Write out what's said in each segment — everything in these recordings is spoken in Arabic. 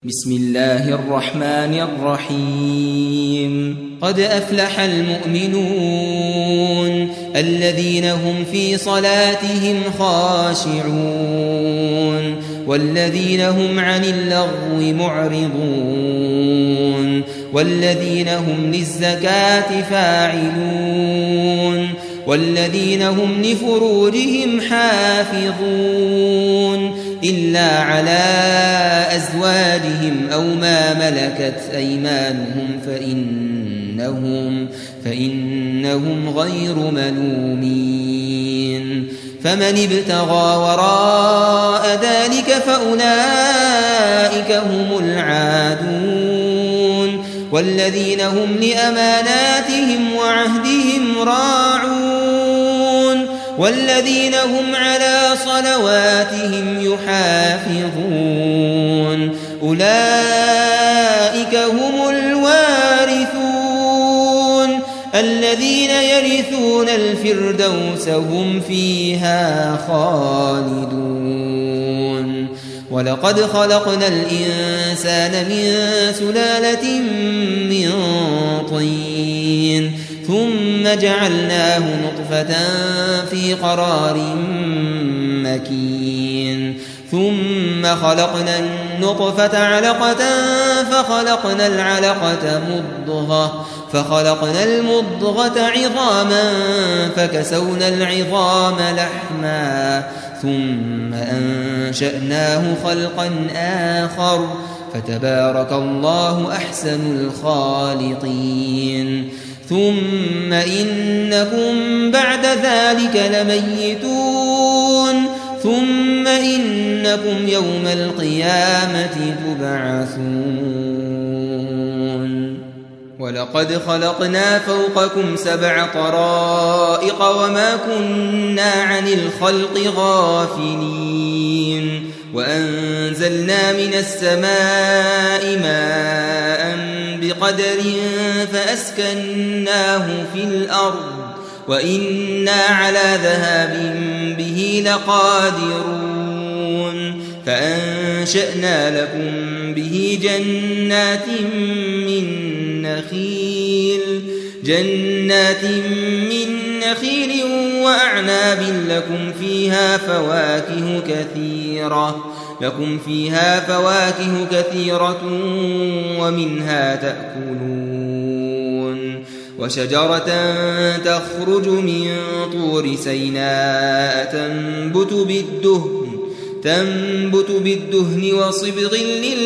بسم الله الرحمن الرحيم قد أفلح المؤمنون الذين هم في صلاتهم خاشعون والذين هم عن اللغو معرضون والذين هم للزكاة فاعلون والذين هم لفروجهم حافظون إلا على أزواجهم أو ما ملكت أيمانهم فإنهم غير ملومين فمن ابتغى وراء ذلك فأولئك هم العادون والذين هم لأماناتهم وعهدهم راعون والذين هم على صلواتهم يحافظون أولئك هم الوارثون الذين يرثون الفردوس هم فيها خالدون ولقد خلقنا الإنسان من سلالة من طين ثم جعلناه نطفة في قرار مكين ثم خلقنا النطفة علقة فخلقنا العلقة مضغة فخلقنا المضغة عظاما فكسونا العظام لحما ثم أنشأناه خلقا آخر فتبارك الله أحسن الخالقين ثم إنكم بعد ذلك لميتون ثم إنكم يوم القيامة تبعثون ولقد خلقنا فوقكم 7 طرائق وما كنا عن الخلق غافلين وأنزلنا من السماء ماء بقدر فأسكناه في الأرض وإنا على ذهاب به لقادرون فأنشأنا لكم به جنات من نخيل وأعناب لكم فيها فواكه كثيرة ومنها تأكلون وشجرة تخرج من طور سيناء تنبت بالدهن وصبغ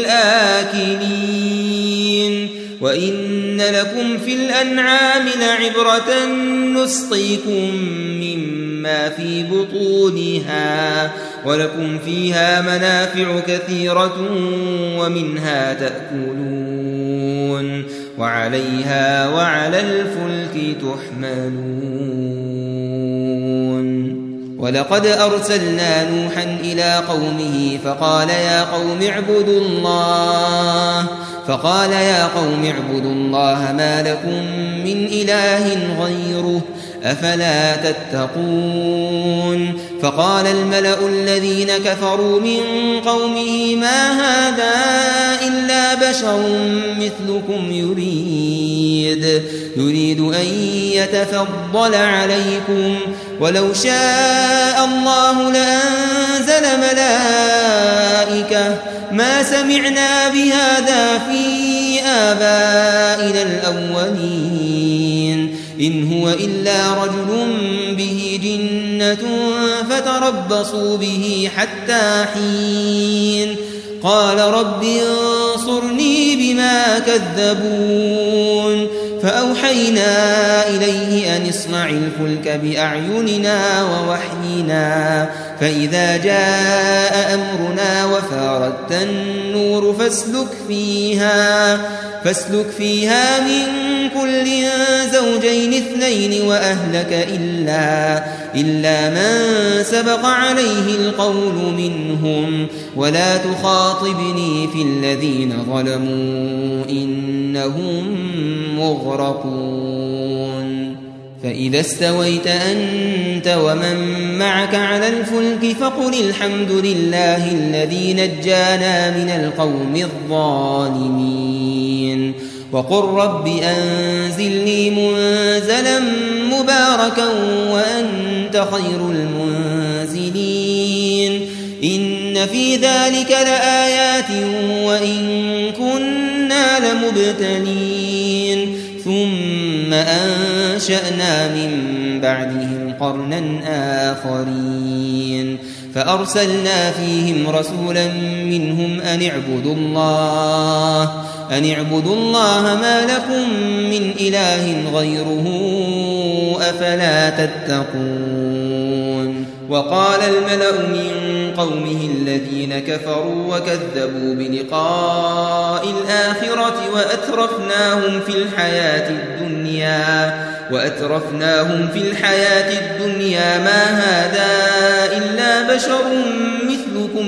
للآكلين وإن لكم في الأنعام لعبرة نسقيكم مما في بطونها ولكم فيها منافع كثيرة ومنها تأكلون وعليها وعلى الفلك تحملون ولقد أرسلنا نوحا إلى قومه فقال يا قوم اعبدوا الله ما لكم من إله غيره أفلا تتقون فقال الملأ الذين كفروا من قومه ما هذا إلا بشر مثلكم يريد أن يتفضل عليكم ولو شاء الله لأنزل ملائكة ما سمعنا بهذا في آبائنا الأولين إن هو إلا رجل به جنة فتربصوا به حتى حين قال رب انصرني بما كذبون فأوحينا إليه أن اصنع الفلك بأعيننا ووحينا فإذا جاء أمرنا وفارت النور فاسلك فيها من كل زوجين 2 وأهلك إلا من سبق عليه القول منهم ولا تخاطبني في الذين ظلموا إنهم مغرقون فإذا استويت أنت ومن معك على الفلك فقل الحمد لله الذي نجانا من القوم الظالمين وقل رب أنزلني منزلا مباركا وأنت خير المنزلين إن في ذلك لآيات وإن كنا لمبتلين ثم أنشأنا من بعدهم قرنا آخرين فأرسلنا فيهم رسولا منهم أن اعبدوا الله ما لكم من إله غيره أفلا تتقون وقال الملأ من قومه الذين كفروا وكذبوا بلقاء الآخرة وأترفناهم في الحياة الدنيا ما هذا إلا بشر مثلكم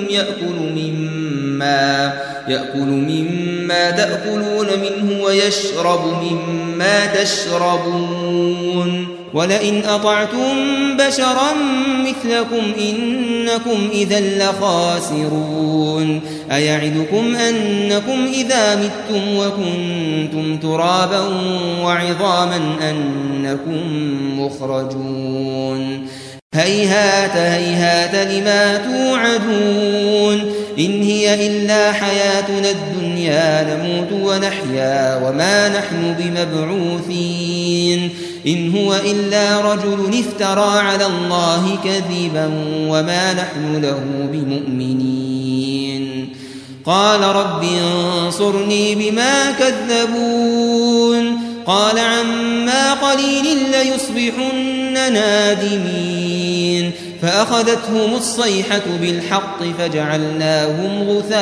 يأكل مما تأكلون منه ويشرب مما تشربون ولئن أطعتم بشرا مثلكم إنكم إذا لخاسرون أيعدكم أنكم إذا متم وكنتم ترابا وعظاما أنكم مخرجون هيهات هيهات لما توعدون إن هي إلا حياتنا الدنيا نموت ونحيا وما نحن بمبعوثين إن هو إلا رجل افترى على الله كذبا وما نحن له بمؤمنين قال رب انصرني بما كذبون قال عما قليل ليصبحن نادمين فأخذتهم الصيحة بالحق فجعلناهم غثاء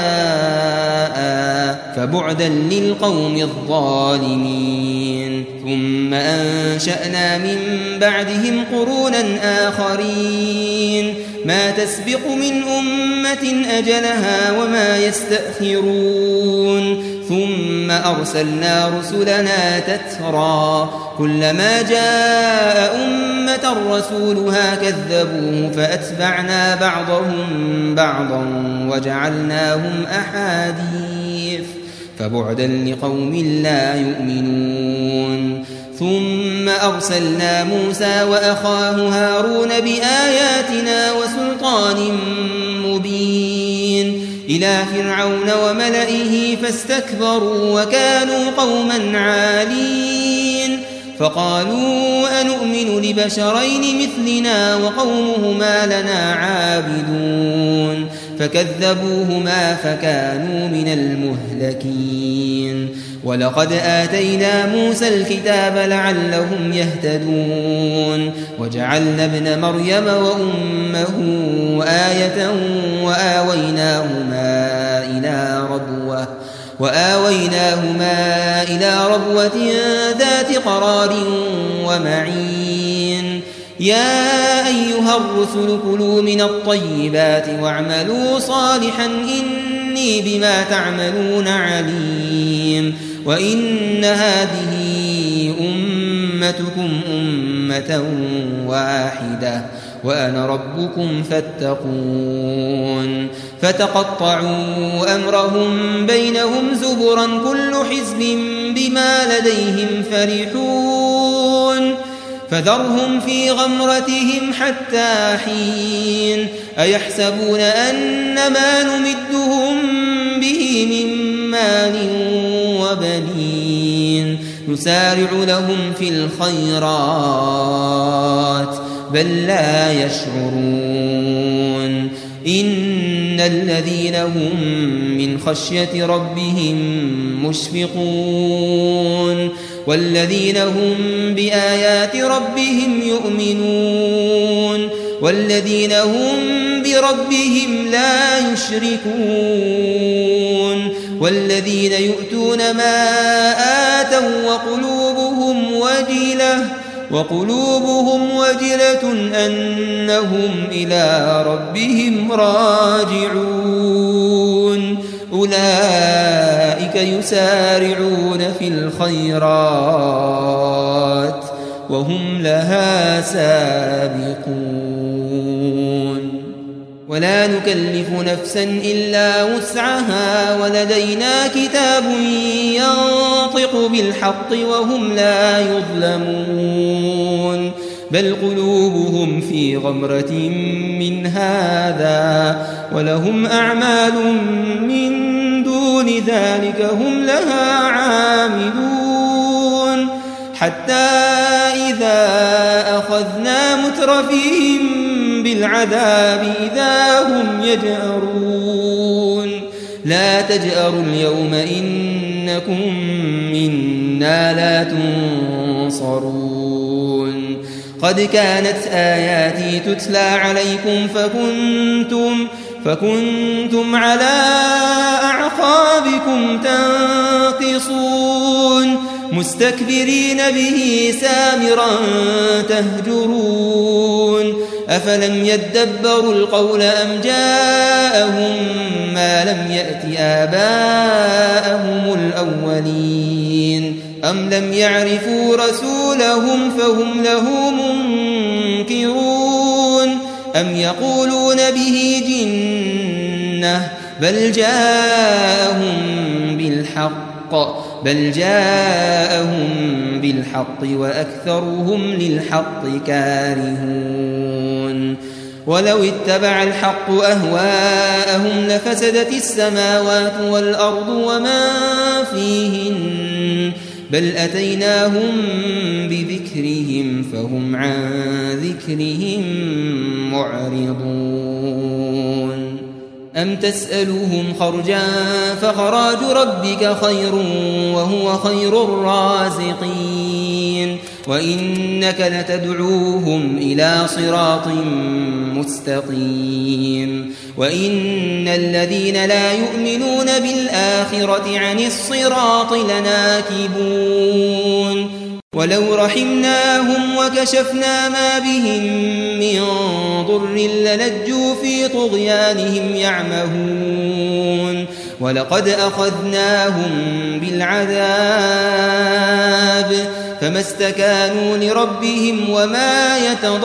فبعدا للقوم الظالمين ثم أنشأنا من بعدهم قرونا آخرين ما تسبق من أمة أجلها وما يستأخرون ثم أرسلنا رسلنا تترى كلما جاء أمة رسولها كذبوه فأتبعنا بعضهم بعضا وجعلناهم أحاديث فبعدا لقوم لا يؤمنون ثم أرسلنا موسى وأخاه هارون بآياتنا وسلطان مبين إلى فرعون وملئه فاستكبروا وكانوا قوما عالين فقالوا أنؤمن لبشرين مثلنا وقومهما لنا عابدون فكذبوهما فكانوا من المهلكين ولقد آتينا موسى الكتاب لعلهم يهتدون وجعلنا ابن مريم وأمه آية وآويناهما إلى ربوة ذات قرار ومعين يا أيها الرسل كلوا من الطيبات واعملوا صالحا إني بما تعملون عليم وإن هذه أمتكم أمة واحدة وأنا ربكم فاتقون فتقطعوا أمرهم بينهم زبرا كل حزب بما لديهم فرحون فذرهم في غمرتهم حتى حين أيحسبون أن ما نمدهم به من مال وبنين نسارع لهم في الخيرات بل لا يشعرون إن الذين هم من خشية ربهم مشفقون والذين هم بآيات ربهم يؤمنون والذين هم بربهم لا يشركون والذين يؤتون ما آتوا وقلوبهم وجلة أنهم إلى ربهم راجعون أولئك يسارعون في الخيرات وهم لها سابقون ولا نكلف نفسا إلا وسعها ولدينا كتاب ينطق بالحق وهم لا يظلمون بل قلوبهم في غمرة من هذا ولهم أعمال من دون ذلك هم لها عاملون حتى إذا أخذنا مترفيهم بالعذاب إذا هم يجأرون لا تجأروا اليوم إنكم منا لا تنصرون قد كانت آياتي تتلى عليكم فكنتم على أعقابكم تنقصون مستكبرين به سامرا تهجرون أفلم يدبروا القول أم جاءهم ما لم يأت آباءهم الأولين أم لم يعرفوا رسولهم فهم له منكرون أم يقولون به جنة بل جاءهم بالحق وأكثرهم للحق كارهون ولو اتبع الحق أهواءهم لفسدت السماوات والأرض وما فيهن بل أتيناهم بذكرهم فهم عن ذكرهم معرضون أم تسألهم خرجا فخراج ربك خير وهو خير الرازقين وإنك لتدعوهم إلى صراط مستقيم وإن الذين لا يؤمنون بالآخرة عن الصراط لناكبون ولو رحمناهم وكشفنا ما بهم من ضر للجوا في طغيانهم يعمهون ولقد أخذناهم بالعذاب فما استكانوا لربهم وما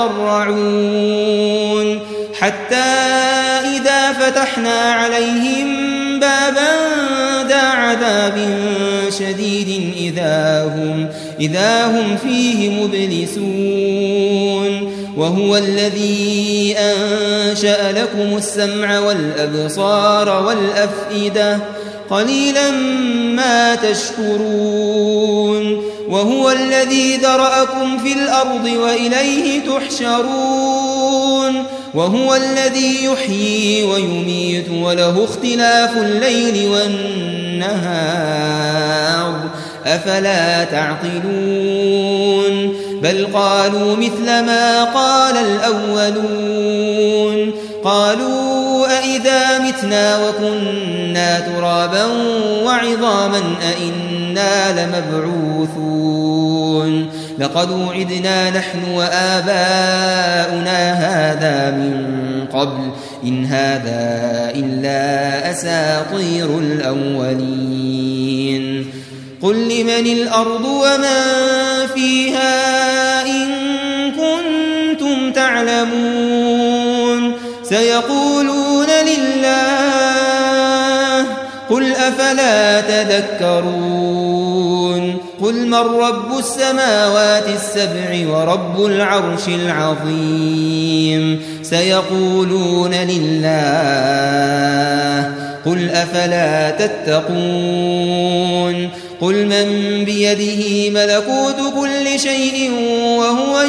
يتضرعون حتى إذا فتحنا عليهم بابا ذا عذاب شديد إذا هم فيه مبلسون وهو الذي أنشأ لكم السمع والأبصار والأفئدة قليلا ما تشكرون وهو الذي ذرأكم في الأرض وإليه تحشرون وهو الذي يحيي ويميت وله اختلاف الليل والنهار أفلا تعقلون بل قالوا مثل ما قال الأولون قالوا أئذا متنا وكنا ترابا وعظاما أئنا لمبعوثون لقد وعدنا نحن وآباؤنا هذا من قبل إن هذا إلا أساطير الأولين قل لمن الأرض وما فيها إن كنتم تعلمون سيقولون لله قل أفلا تذكرون قل من رب السماوات السبع ورب العرش العظيم سيقولون لله قل أفلا تتقون قل من بيده ملكوت كل شيء وهو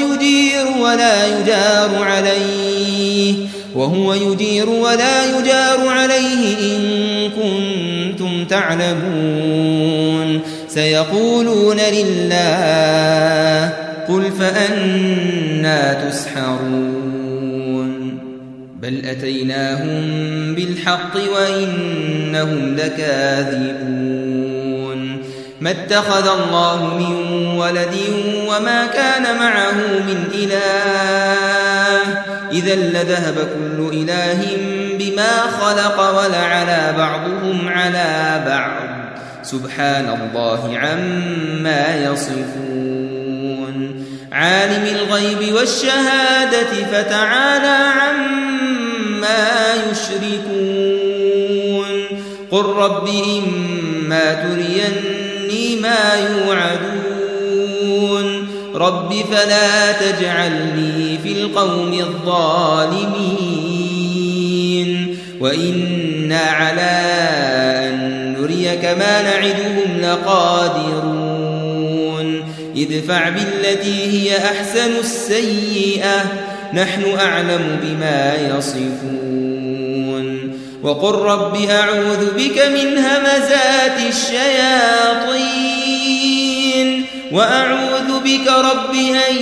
يجير ولا يجار عليه إن كنتم تعلمون سيقولون لله قل فأنى تسحرون بل أتيناهم بالحق وإنهم لكاذبون ما اتخذ الله من ولد وما كان معه من إله إذا لذهب كل إله بما خلق ولعلى بعضهم على بعض سبحان الله عما يصفون عالم الغيب والشهادة فتعالى عما يشركون قل رب إما تريني ما يوعدون رب فلا تجعلني في القوم الظالمين وإنا على أن نريك ما نعدهم لقادرون ادفع بالتي هي أحسن السيئة نحن أعلم بما يصفون وقل رب أعوذ بك من همزات الشياطين وأعوذ بك رب أن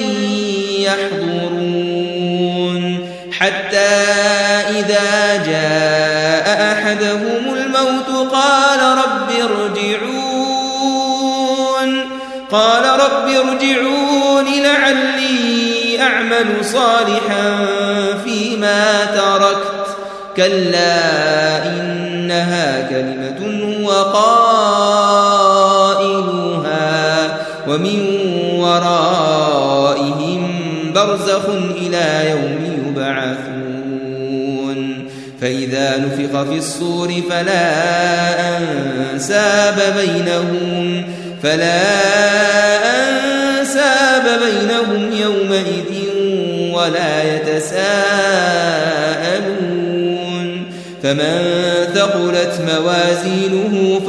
يحضرون حتى إذا جاء أحدهم الموت قال رب ارجعون لعلي أعمل صالحا فيما تركت كلا إنها كلمة هو قائلها ومن ورائهم برزخ إلى يوم يبعثون فإذا نفخ في الصور فلا أنساب بينهم يومئذ ولا يتساءلون فمن ثقلت موازينه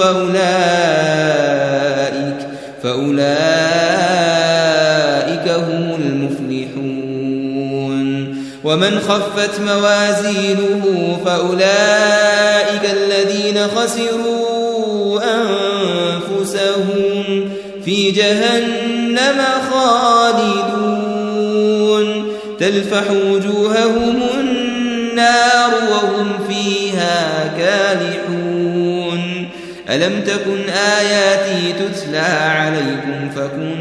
فأولئك هم المفلحون ومن خفت موازينه فأولئك الذين خسروا أنفسهم في جهنم خالدون تلفح وجوههم النار وهم فيها كالحون ألم تكن آياتي تتلى عليكم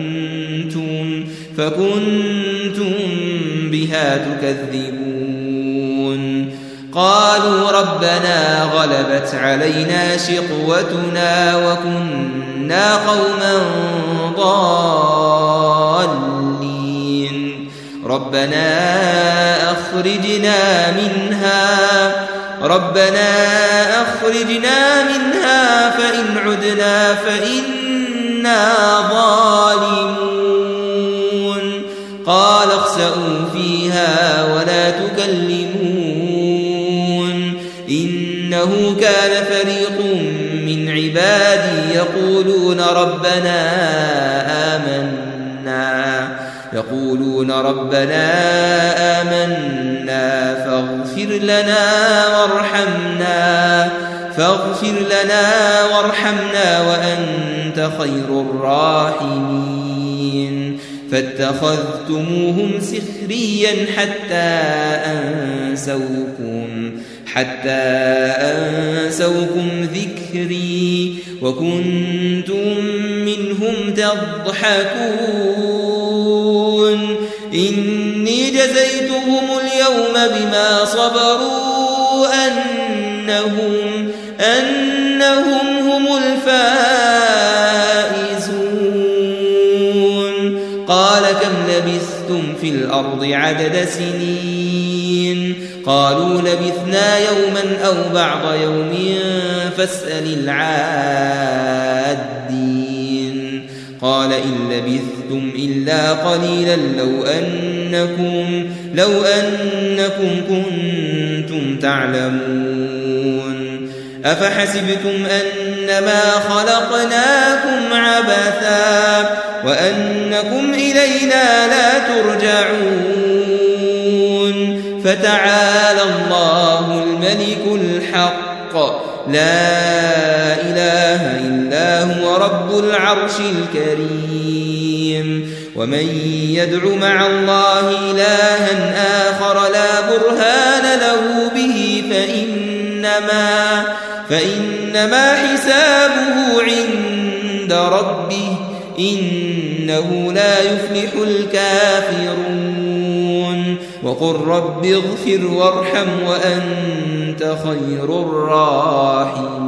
فكنتم بها تكذبون قالوا ربنا غلبت علينا شقوتنا وكنا قوما ضالين ربنا أخرجنا منها فإن عدنا فإنا ظالمون قال اخسئوا فيها ولا تكلمون إنه كان فريق من عبادي يقولون ربنا آمنا فاغفر لنا وارحمنا وأنت خير الراحمين فاتخذتموهم سخريا حتى أنسوكم ذكري وكنتم منهم تضحكون إني جزيتهم اليوم بما صبروا أنهم هم الفائزون قال كم لبثتم في الأرض عدد سنين قالوا لبثنا يوما أو بعض يوم فاسأل العادين قال إن لبثتم إلا قليلا لو أنكم كنتم تعلمون أفحسبتم أنما خلقناكم عبثا وأنكم إلينا لا ترجعون فتعالى الله الملك الحق لا إله إلا هو رب العرش الكريم ومن يدع مع الله إلها آخر لا برهان له به فإنما حسابه عند ربه إنه لا يفلح الكافرون وقل رب اغفر وارحم وأنت خير الراحمين